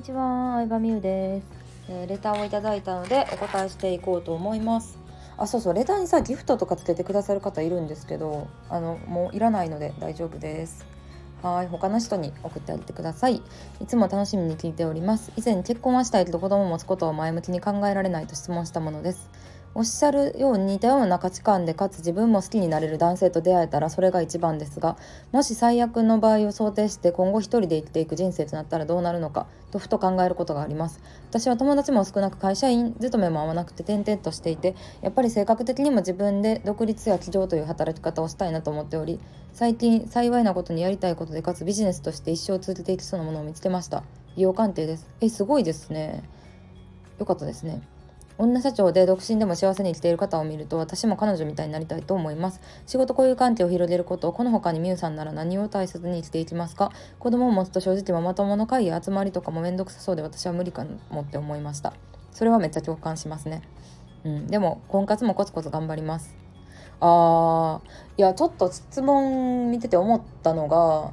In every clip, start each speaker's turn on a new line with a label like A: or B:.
A: ちは、相葉美優です。レターをいただいたのでお答えしていこうと思います。そうレターにギフトとかつけてくださる方いるんですけど、もういらないので大丈夫です。他の人に送ってあげてください。いつも楽しみに聞いております。以前結婚はしたいけど子供を持つことを前向きに考えられないと質問したものです。おっしゃるように似たような価値観でかつ自分も好きになれる男性と出会えたらそれが一番ですが、もし最悪の場合を想定して今後一人で生きていく人生となったらどうなるのかとふと考えることがあります。私は友達も少なく会社員勤めも合わなくて転々としていて、やっぱり性格的にも自分で独立や起業という働き方をしたいなと思っており、最近幸いなことにやりたいことでかつビジネスとして一生続けていきそうなものを見つけました。美容鑑定です。すごいですね。よかったですね。女社長で独身でも幸せに生きている方を見ると私も彼女みたいになりたいと思います。仕事交友関係を広げること、この他にみゆさんなら何を大切に生きていきますか？子供を持つと正直ママ友の会や集まりとかもめんどくさそうで私は無理かもって思いました。それはめっちゃ共感しますね。でも婚活もコツコツ頑張ります。いやちょっと質問見てて思ったのが、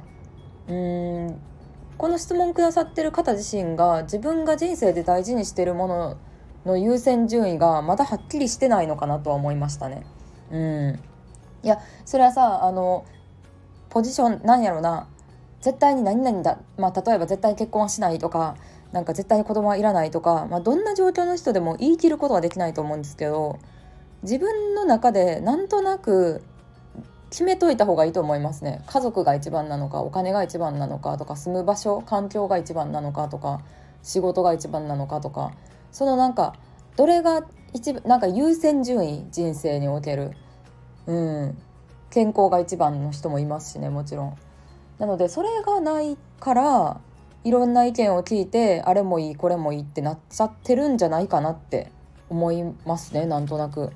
A: この質問くださってる方自身が自分が人生で大事にしてるものの優先順位がまだはっきりしてないのかなとは思いましたね。いやそれはポジションなんやろな、絶対に何々だ、例えば絶対に結婚はしないとか、なんか絶対に子供はいらないとか、どんな状況の人でも言い切ることはできないと思うんですけど、自分の中でなんとなく決めといた方がいいと思いますね。家族が一番なのか、お金が一番なのかとか、住む場所環境が一番なのかとか、仕事が一番なのかとか、どれが優先順位、人生における、健康が一番の人もいますしね、もちろん。なのでそれがないからいろんな意見を聞いてあれもいいこれもいいってなっちゃってるんじゃないかなって思いますね、なんとなく。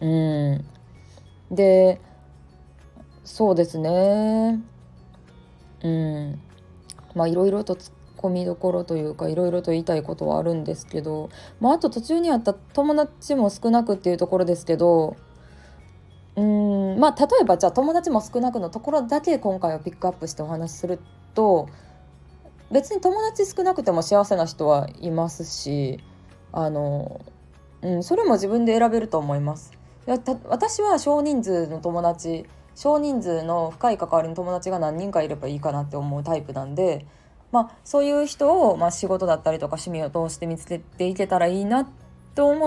A: でそうですね。いろいろと突っ込みどころというかいろいろと言いたいことはあるんですけど、あと途中にあった友達も少なくっていうところですけど、例えばじゃあ友達も少なくのところだけ今回はピックアップしてお話しすると、別に友達少なくても幸せな人はいますし、それも自分で選べると思います。私は少人数の深い関わりの友達が何人かいればいいかなって思うタイプなんで、そういう人を、仕事だったりとか趣味を通して見つけていけたらいいなと思って、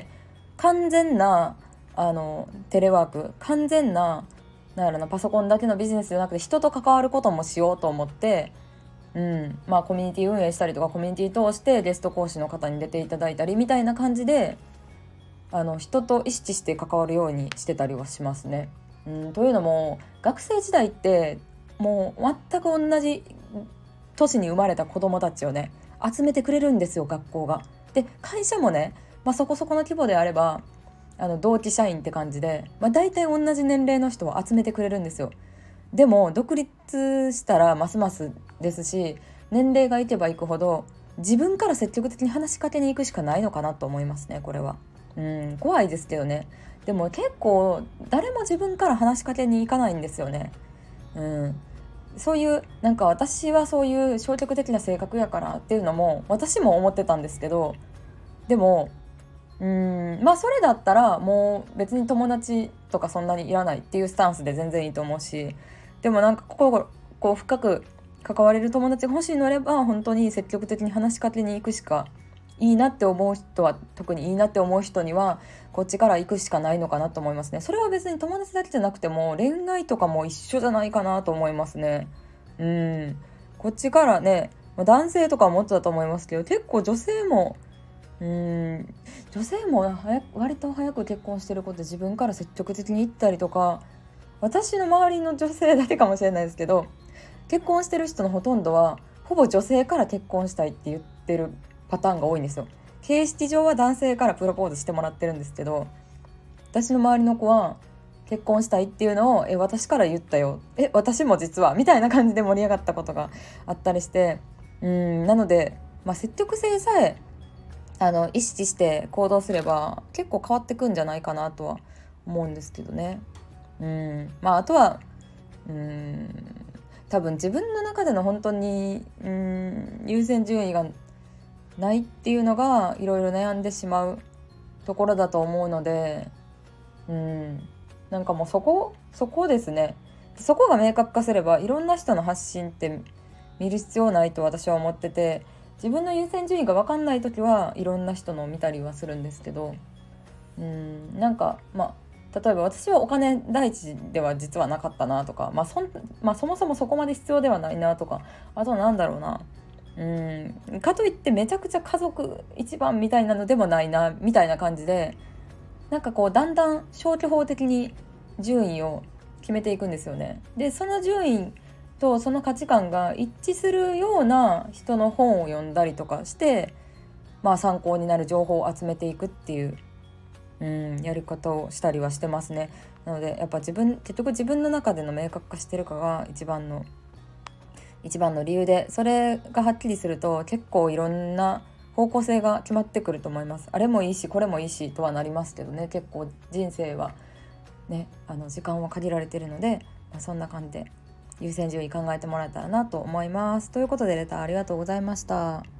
A: 完全なテレワーク、完全なパソコンだけのビジネスじゃなくて人と関わることもしようと思って、コミュニティ運営したりとかコミュニティ通してゲスト講師の方に出ていただいたりみたいな感じで人と意識して関わるようにしてたりはしますね。というのも学生時代ってもう全く同じ年に生まれた子どもたちをね集めてくれるんですよ、学校が。で会社もね、そこそこの規模であれば同期社員って感じで、大体同じ年齢の人を集めてくれるんですよ。でも独立したらますますですし、年齢がいけばいくほど自分から積極的に話しかけに行くしかないのかなと思いますね、これは。怖いですけどね。でも結構誰も自分から話しかけに行かないんですよね。そういう私はそういう消極的な性格やからっていうのも私も思ってたんですけど、でもそれだったらもう別に友達とかそんなにいらないっていうスタンスで全然いいと思うし、でもこう深く関われる友達が欲しいのであれば本当に積極的に話しかけに行くしか、いいなって思う人は特にいいなって思う人にはこっちから行くしかないのかなと思いますね。それは別に友達だけじゃなくても恋愛とかも一緒じゃないかなと思いますね。こっちからね、男性とかはもっとだと思いますけど、結構女性も女性も割と早く結婚してる子って自分から積極的に行ったりとか、私の周りの女性だけかもしれないですけど、結婚してる人のほとんどはほぼ女性から結婚したいって言ってるパターンが多いんですよ。形式上は男性からプロポーズしてもらってるんですけど、私の周りの子は結婚したいっていうのを私から言ったよ、私も実はみたいな感じで盛り上がったことがあったりして、なので、積極性さえ意識して行動すれば結構変わってくんじゃないかなとは思うんですけどね。あとは多分自分の中での本当に優先順位がないっていうのがいろいろ悩んでしまうところだと思うので、なんかもうそこですね。そこが明確化すればいろんな人の発信って見る必要ないと私は思ってて、自分の優先順位が分かんない時はいろんな人のを見たりはするんですけど、なんか例えば私はお金第一では実はなかったなとか、そもそもそこまで必要ではないなとか、あとはなんだろうな、かといってめちゃくちゃ家族一番みたいなのでもないなみたいな感じで、なんかこうだんだん消去法的に順位を決めていくんですよね。でその順位とその価値観が一致するような人の本を読んだりとかして、参考になる情報を集めていくっていう、やり方をしたりはしてますね。なのでやっぱ結局自分の中での明確化してるかが一番の理由で、それがはっきりすると結構いろんな方向性が決まってくると思います。あれもいいしこれもいいしとはなりますけどね、結構人生はね、時間は限られているので、そんな感じで優先順位考えてもらえたらなと思います。ということでレターありがとうございました。